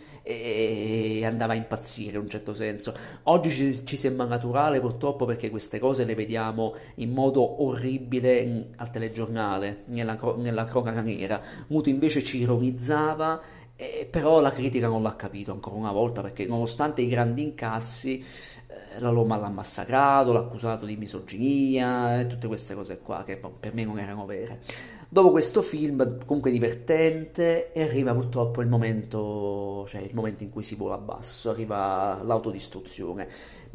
[SPEAKER 1] e andava a impazzire in un certo senso. Oggi ci sembra naturale, purtroppo, perché queste cose le vediamo in modo orribile al telegiornale, nella cronaca nera. Muti invece ci ironizzava, però la critica non l'ha capito ancora una volta, perché nonostante i grandi incassi, la Roma l'ha massacrato, l'ha accusato di misoginia e tutte queste cose qua che per me non erano vere. Dopo questo film, comunque divertente, e arriva purtroppo il momento in cui si vola basso, arriva l'autodistruzione.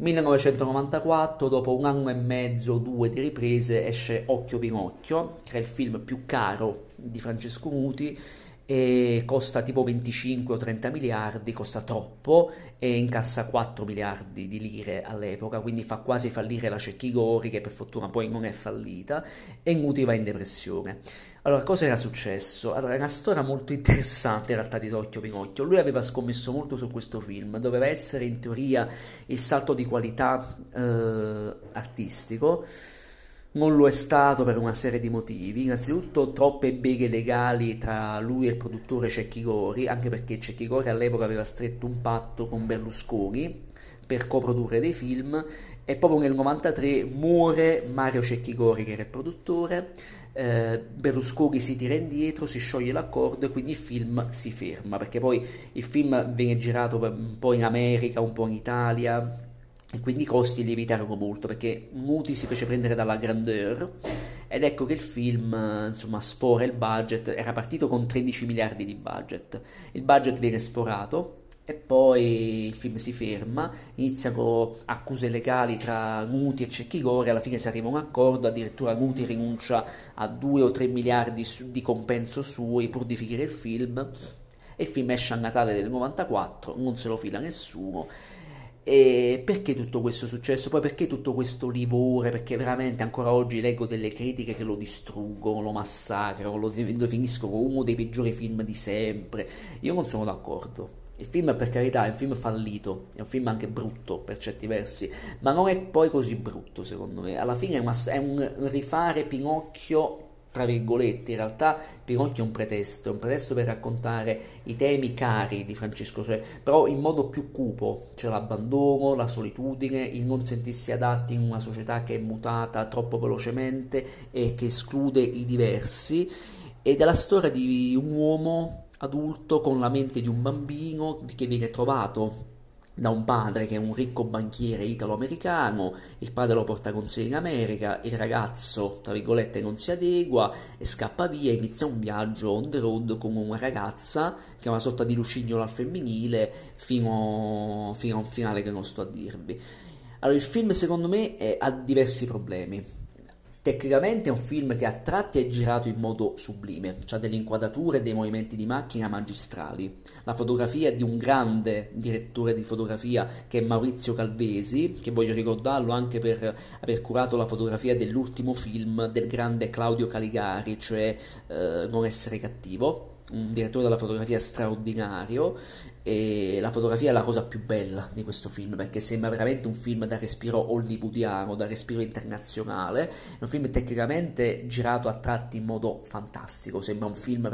[SPEAKER 1] 1994, dopo 1 anno e mezzo, 2 di riprese, esce Occhio Pinocchio, che è il film più caro di Francesco Muti, e costa tipo 25 o 30 miliardi, costa troppo, e incassa 4 miliardi di lire all'epoca, quindi fa quasi fallire la Cecchigori, che per fortuna poi non è fallita, e Muti va in depressione. Allora, cosa era successo? Allora, è una storia molto interessante in realtà di Occhio Pinocchio. Lui aveva scommesso molto su questo film, doveva essere in teoria il salto di qualità artistico. Non lo è stato per una serie di motivi. Innanzitutto troppe beghe legali tra lui e il produttore Cecchigori, anche perché Cecchigori all'epoca aveva stretto un patto con Berlusconi per coprodurre dei film, e proprio nel 93 muore Mario Cecchigori, che era il produttore. Berlusconi si tira indietro, si scioglie l'accordo, e quindi il film si ferma, perché poi il film viene girato un po' in America, un po' in Italia, e quindi i costi lievitarono molto perché Muti si fece prendere dalla grandeur ed ecco che il film insomma sfora il budget, era partito con 13 miliardi di budget, il budget viene sforato e poi il film si ferma, iniziano accuse legali tra Muti e Cecchigore, alla fine si arriva a un accordo, addirittura Muti rinuncia a 2 o 3 miliardi di compenso suoi pur di finire il film e il film esce a Natale del 94, non se lo fila nessuno. E perché tutto questo è successo? Poi perché tutto questo livore? Perché veramente ancora oggi leggo delle critiche che lo distruggono, lo massacrano, lo definiscono uno dei peggiori film di sempre. Io non sono d'accordo. Il film, per carità, è un film fallito, è un film anche brutto per certi versi, ma non è poi così brutto secondo me. Alla fine è un rifare Pinocchio, tra virgolette. In realtà Pinocchio è un pretesto per raccontare i temi cari di Francesco, cioè, però in modo più cupo, cioè l'abbandono, la solitudine, il non sentirsi adatti in una società che è mutata troppo velocemente e che esclude i diversi, ed è la storia di un uomo adulto con la mente di un bambino che viene trovato da un padre che è un ricco banchiere italo-americano, il padre lo porta con sé in America, il ragazzo, tra virgolette, non si adegua e scappa via, inizia un viaggio on the road con una ragazza che è una sorta di lucignolo al femminile fino a un finale che non sto a dirvi. Allora, il film secondo me ha diversi problemi. Tecnicamente è un film che a tratti è girato in modo sublime, ha delle inquadrature e dei movimenti di macchina magistrali. La fotografia è di un grande direttore di fotografia che è Maurizio Calvesi, che voglio ricordarlo anche per aver curato la fotografia dell'ultimo film del grande Claudio Caligari, cioè Non essere cattivo, un direttore della fotografia straordinario, e la fotografia è la cosa più bella di questo film perché sembra veramente un film da respiro hollywoodiano, da respiro internazionale. È un film tecnicamente girato a tratti in modo fantastico, sembra un film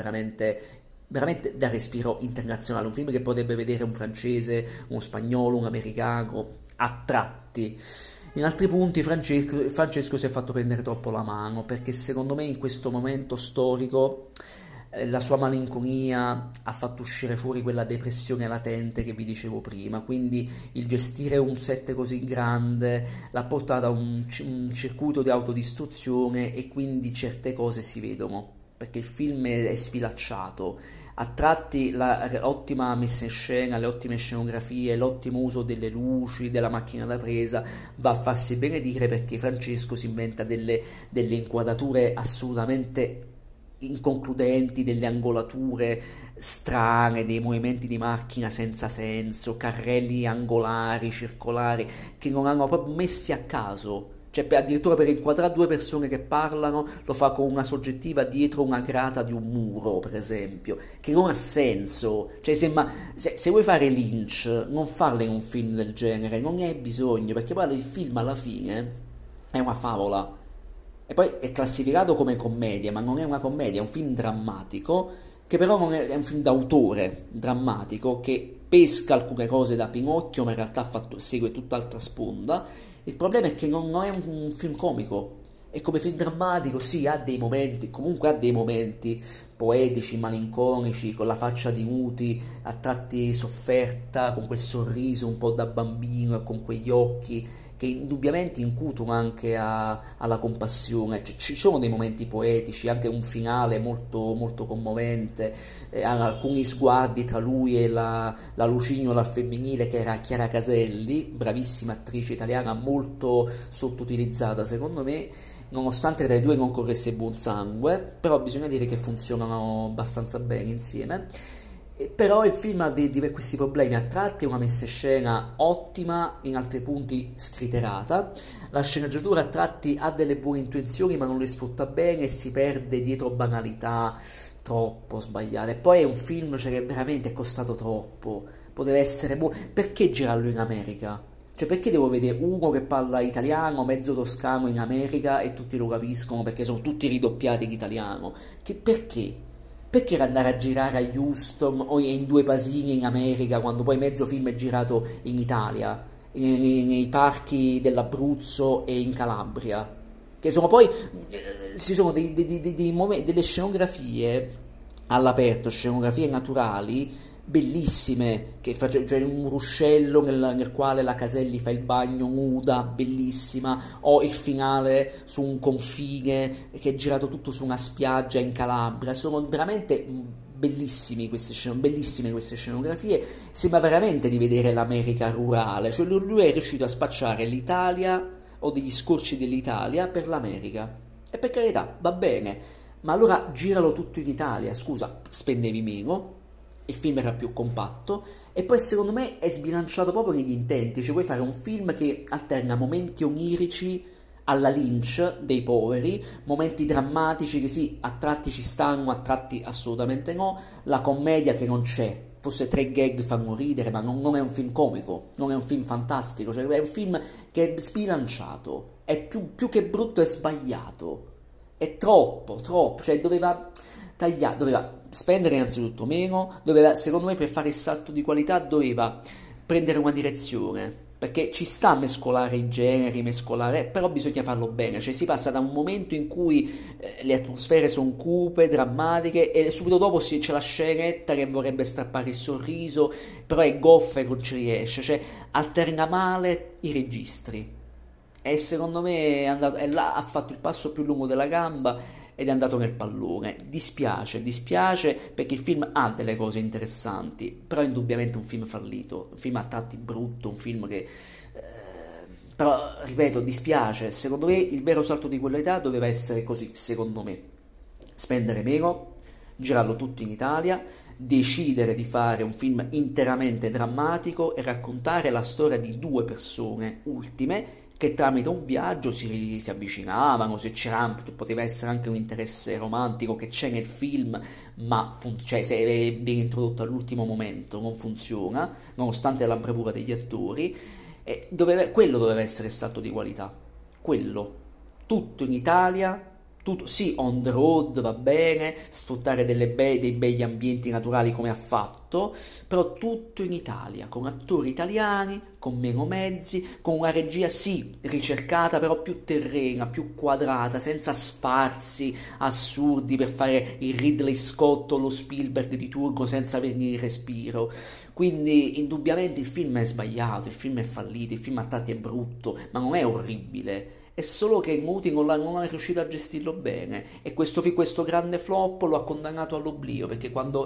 [SPEAKER 1] veramente da respiro internazionale, un film che potrebbe vedere un francese, uno spagnolo, un americano a tratti. In altri punti Francesco si è fatto prendere troppo la mano perché secondo me in questo momento storico la sua malinconia ha fatto uscire fuori quella depressione latente che vi dicevo prima, quindi il gestire un set così grande l'ha portato a un circuito di autodistruzione e quindi certe cose si vedono, perché il film è sfilacciato. A tratti l'ottima messa in scena, le ottime scenografie, l'ottimo uso delle luci, della macchina da presa va a farsi benedire perché Francesco si inventa delle inquadrature assolutamente inconcludenti, delle angolature strane, dei movimenti di macchina senza senso, carrelli angolari, circolari, che non hanno proprio messi a caso. Cioè, addirittura per inquadrare due persone che parlano, lo fa con una soggettiva dietro una grata di un muro, per esempio, che non ha senso. Cioè, se vuoi fare Lynch, non farle in un film del genere, non ne hai bisogno, perché poi il film alla fine è una favola. E poi è classificato come commedia, ma non è una commedia, è un film drammatico, che però non è un film d'autore drammatico, che pesca alcune cose da Pinocchio, ma in realtà segue tutt'altra sponda. Il problema è che non è un film comico, è come film drammatico, sì, ha dei momenti, comunque ha dei momenti poetici, malinconici, con la faccia di Muti, a tratti sofferta, con quel sorriso un po' da bambino e con quegli occhi che indubbiamente incutono anche alla compassione. Ci sono dei momenti poetici, anche un finale molto, molto commovente, alcuni sguardi tra lui e la lucignola femminile che era Chiara Caselli, bravissima attrice italiana, molto sottoutilizzata secondo me, nonostante tra i due non corresse buon sangue, però bisogna dire che funzionano abbastanza bene insieme. Però il film ha questi problemi, a tratti è una messa in scena ottima, in altri punti scriterata, la sceneggiatura a tratti ha delle buone intenzioni ma non le sfrutta bene e si perde dietro banalità troppo sbagliate. Poi è un film, cioè, che veramente è costato troppo, poteva essere buono. Perché girarlo in America? Cioè, perché devo vedere uno che parla italiano, mezzo toscano in America e tutti lo capiscono perché sono tutti ridoppiati in italiano? Perché? Perché andare a girare a Houston o in due pasini in America quando poi mezzo film è girato in Italia, nei parchi dell'Abruzzo e in Calabria? Che sono poi, ci sono delle scenografie all'aperto, scenografie naturali, bellissime, che cioè un ruscello nel quale la Caselli fa il bagno nuda, bellissima, o il finale su un confine che è girato tutto su una spiaggia in Calabria, sono veramente bellissime queste scenografie, sembra veramente di vedere l'America rurale, cioè lui è riuscito a spacciare l'Italia o degli scorci dell'Italia per l'America, e per carità, va bene, ma allora giralo tutto in Italia, scusa, spendevi meno, il film era più compatto e poi secondo me è sbilanciato proprio negli intenti, cioè vuoi fare un film che alterna momenti onirici alla Lynch dei poveri, momenti drammatici che sì, a tratti ci stanno, a tratti assolutamente no, la commedia che non c'è, forse 3 gag fanno ridere, ma non è un film comico, non è un film fantastico, cioè è un film che è sbilanciato, è più che brutto, è sbagliato, è troppo, cioè doveva tagliare, doveva spendere innanzitutto meno, doveva, secondo me per fare il salto di qualità doveva prendere una direzione, perché ci sta a mescolare i generi, però bisogna farlo bene, cioè si passa da un momento in cui le atmosfere sono cupe, drammatiche, e subito dopo c'è la scenetta che vorrebbe strappare il sorriso, però è goffa e non ci riesce, cioè alterna male i registri, e secondo me è là, ha fatto il passo più lungo della gamba ed è andato nel pallone. Dispiace perché il film ha delle cose interessanti, però è indubbiamente un film fallito, un film a tratti brutto, un film che però ripeto, dispiace. Secondo me il vero salto di quell'età doveva essere così, secondo me: spendere meno, girarlo tutto in Italia, decidere di fare un film interamente drammatico e raccontare la storia di 2 persone ultime che tramite un viaggio si avvicinavano, se c'era, poteva essere anche un interesse romantico che c'è nel film, ma cioè, se viene introdotto all'ultimo momento non funziona, nonostante la bravura degli attori, e quello doveva essere il salto di qualità, quello, tutto in Italia, tutto, sì, on the road va bene, sfruttare dei begli ambienti naturali come ha fatto, però tutto in Italia, con attori italiani, con meno mezzi, con una regia sì ricercata, però più terrena, più quadrata, senza sfarzi assurdi per fare il Ridley Scott o lo Spielberg di turno senza averne il respiro. Quindi indubbiamente il film è sbagliato, il film è fallito, il film a tratti è brutto, ma non è orribile. È solo che Muti non è riuscito a gestirlo bene, e questo grande flop lo ha condannato all'oblio, perché quando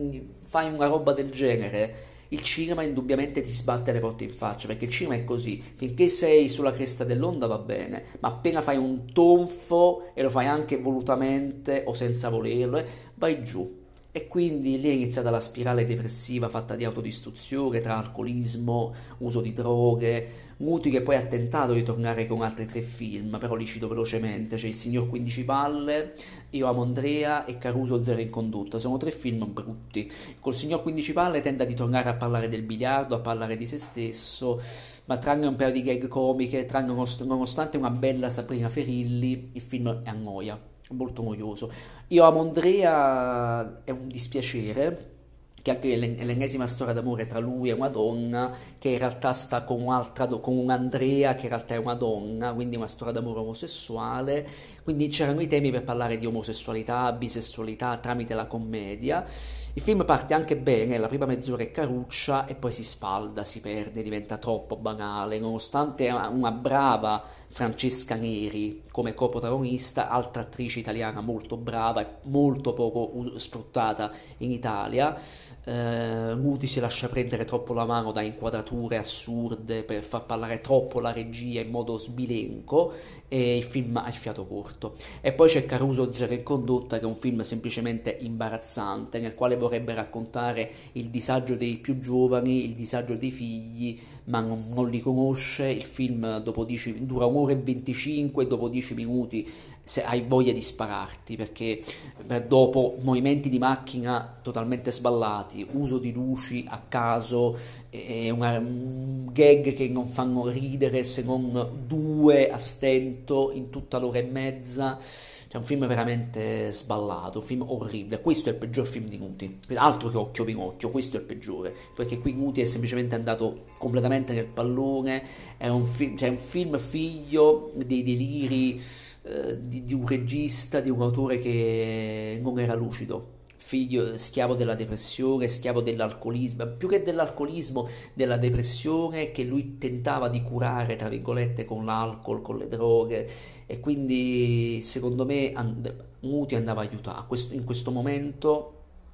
[SPEAKER 1] fai una roba del genere il cinema indubbiamente ti sbatte le porte in faccia, perché il cinema è così: finché sei sulla cresta dell'onda va bene, ma appena fai un tonfo, e lo fai anche volutamente o senza volerlo, vai giù. E quindi lì è iniziata la spirale depressiva fatta di autodistruzione, tra alcolismo, uso di droghe. Muti che poi ha tentato di tornare con altri 3 film, però li cito velocemente: c'è Il signor 15 palle, Io amo Andrea e Caruso Zero in condotta. Sono 3 film brutti. Col signor 15 palle tenta di tornare a parlare del biliardo, a parlare di se stesso, ma tranne un paio di gag comiche, nonostante una bella Sabrina Ferilli, il film è a noia, è molto noioso. Io amo Andrea è un dispiacere, che anche l'ennesima storia d'amore tra lui e una donna che in realtà sta con con un Andrea che in realtà è una donna, quindi una storia d'amore omosessuale. Quindi c'erano i temi per parlare di omosessualità, bisessualità tramite la commedia. Il film parte anche bene, la prima mezz'ora è caruccia e poi si spalda, si perde, diventa troppo banale, nonostante una brava Francesca Neri come coprotagonista, altra attrice italiana molto brava e molto poco sfruttata in Italia. Muti si lascia prendere troppo la mano da inquadrature assurde per far parlare troppo la regia in modo sbilenco, e il film ha il fiato corto. E poi c'è Caruso Zero in condotta, che è un film semplicemente imbarazzante, nel quale vorrebbe raccontare il disagio dei più giovani, il disagio dei figli, ma non li conosce. Il film dura 1 ora e 25, e dopo 10 minuti se hai voglia di spararti, perché dopo movimenti di macchina totalmente sballati, uso di luci a caso, e un gag che non fanno ridere se non 2 a stento in tutta l'ora e mezza. Cioè un film veramente sballato, un film orribile. Questo è il peggior film di Muti, altro che Occhio Pinocchio, questo è il peggiore, perché qui Muti è semplicemente andato completamente nel pallone. È un film figlio dei deliri di un regista, di un autore che non era lucido, figlio, schiavo della depressione, schiavo dell'alcolismo, più che dell'alcolismo, della depressione che lui tentava di curare, tra virgolette, con l'alcol, con le droghe, e quindi secondo me Muti andava aiutato. In questo momento,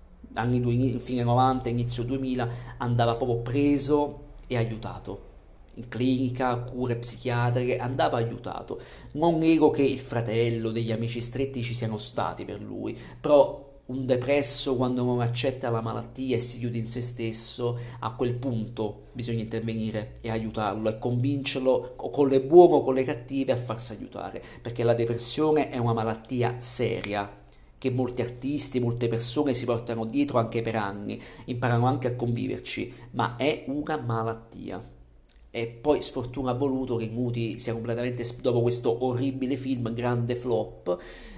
[SPEAKER 1] fine 90, inizio 2000, andava proprio preso e aiutato. In clinica, cure psichiatriche, andava aiutato. Non nego che il fratello, degli amici stretti ci siano stati per lui, però un depresso quando non accetta la malattia e si chiude in se stesso, a quel punto bisogna intervenire e aiutarlo e convincerlo con le buone o con le cattive a farsi aiutare, perché la depressione è una malattia seria che molti artisti, molte persone si portano dietro anche per anni, imparano anche a conviverci, ma è una malattia. E poi sfortuna ha voluto che Muti sia completamente, dopo questo orribile film, grande flop,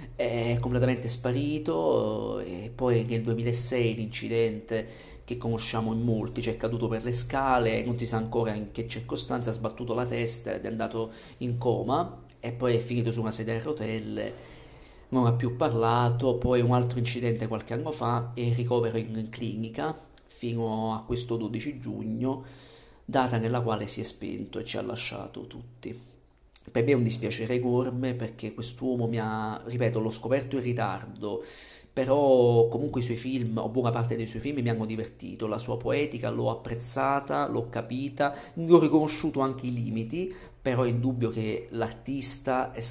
[SPEAKER 1] è completamente sparito. E poi nel 2006 l'incidente che conosciamo in molti, cioè è caduto per le scale, non si sa ancora in che circostanze, ha sbattuto la testa ed è andato in coma e poi è finito su una sedia a rotelle, non ha più parlato. Poi un altro incidente qualche anno fa e il ricovero in clinica fino a questo 12 giugno, data nella quale si è spento e ci ha lasciato tutti. Per me è un dispiacere enorme perché quest'uomo ripeto, l'ho scoperto in ritardo, però comunque i suoi film, o buona parte dei suoi film, mi hanno divertito, la sua poetica l'ho apprezzata, l'ho capita, ne ho riconosciuto anche i limiti, però è indubbio che l'artista è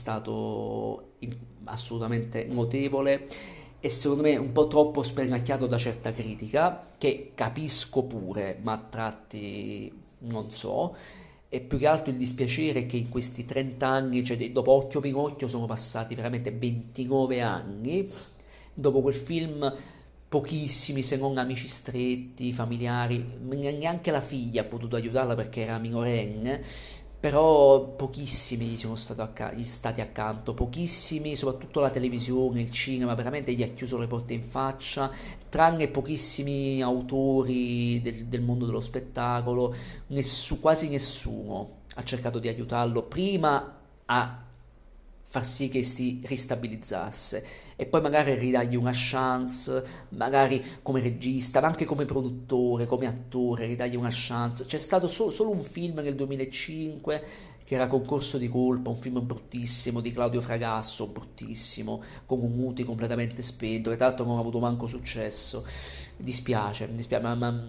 [SPEAKER 1] stato assolutamente notevole e secondo me un po' troppo spernacchiato da certa critica, che capisco pure, ma a tratti non so, e più che altro il dispiacere è che in questi 30 anni, cioè dopo Occhio Pinocchio sono passati veramente 29 anni, dopo quel film pochissimi, se non amici stretti, familiari, neanche la figlia ha potuto aiutarla perché era minorenne, però pochissimi gli stati accanto, pochissimi, soprattutto la televisione, il cinema, veramente gli ha chiuso le porte in faccia, tranne pochissimi autori del mondo dello spettacolo, quasi nessuno ha cercato di aiutarlo prima a far sì che si ristabilizzasse e poi magari ridargli una chance, magari come regista, ma anche come produttore, come attore, ridargli una chance. C'è stato solo un film nel 2005 che era Concorso di colpa, un film bruttissimo di Claudio Fragasso, bruttissimo, con un Muti completamente spento, che tra l'altro non ha avuto manco successo. Mi dispiace, ma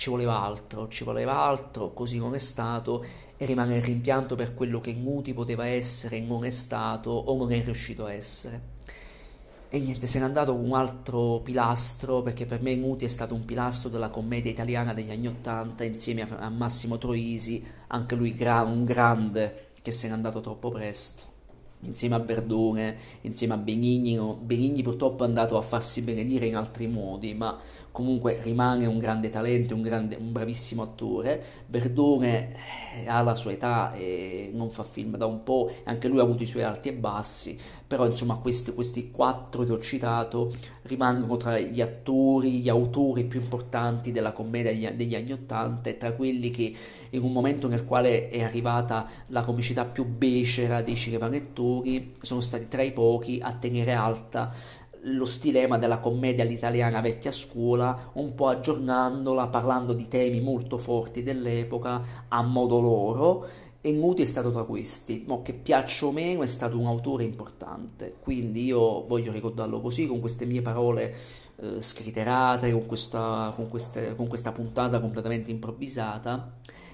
[SPEAKER 1] ci voleva altro, così non è stato e rimane il rimpianto per quello che Muti poteva essere, non è stato o non è riuscito a essere. E niente, se n'è andato con un altro pilastro, perché per me Muti è stato un pilastro della commedia italiana degli anni Ottanta, insieme a Massimo Troisi, anche lui un grande che se n'è andato troppo presto, insieme a Verdone, insieme a Benigni. Benigni purtroppo è andato a farsi benedire in altri modi, ma comunque rimane un grande talento, un bravissimo attore. Verdone ha la sua età e non fa film da un po', anche lui ha avuto i suoi alti e bassi, però insomma questi quattro che ho citato rimangono tra gli attori, gli autori più importanti della commedia degli anni Ottanta e tra quelli che in un momento nel quale è arrivata la comicità più becera dei cinepanettoni sono stati tra i pochi a tenere alta lo stilema della commedia all'italiana vecchia scuola, un po' aggiornandola, parlando di temi molto forti dell'epoca a modo loro, e Muti è stato tra questi, ma che piaccia o meno è stato un autore importante, quindi io voglio ricordarlo così, con queste mie parole scriterate, con questa puntata completamente improvvisata,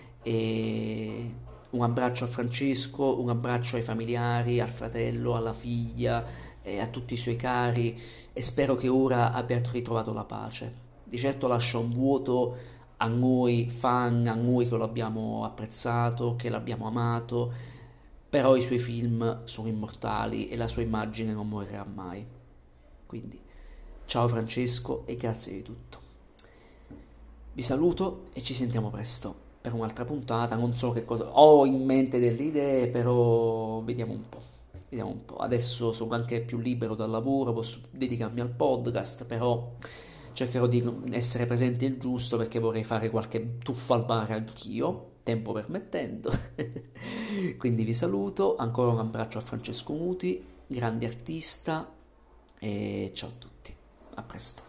[SPEAKER 1] e un abbraccio a Francesco, un abbraccio ai familiari, al fratello, alla figlia, e a tutti i suoi cari e spero che ora abbia ritrovato la pace. Di certo lascia un vuoto a noi fan, a noi che lo abbiamo apprezzato, che l'abbiamo amato, però i suoi film sono immortali e la sua immagine non morirà mai. Quindi ciao Francesco e grazie di tutto. Vi saluto e ci sentiamo presto per un'altra puntata. Non so che cosa ho in mente delle idee, però vediamo un po'. Vediamo un po'. Adesso sono anche più libero dal lavoro, posso dedicarmi al podcast, però cercherò di essere presente il giusto perché vorrei fare qualche tuffo al bar anch'io, tempo permettendo. Quindi vi saluto, ancora un abbraccio a Francesco Muti, grande artista, e ciao a tutti. A presto.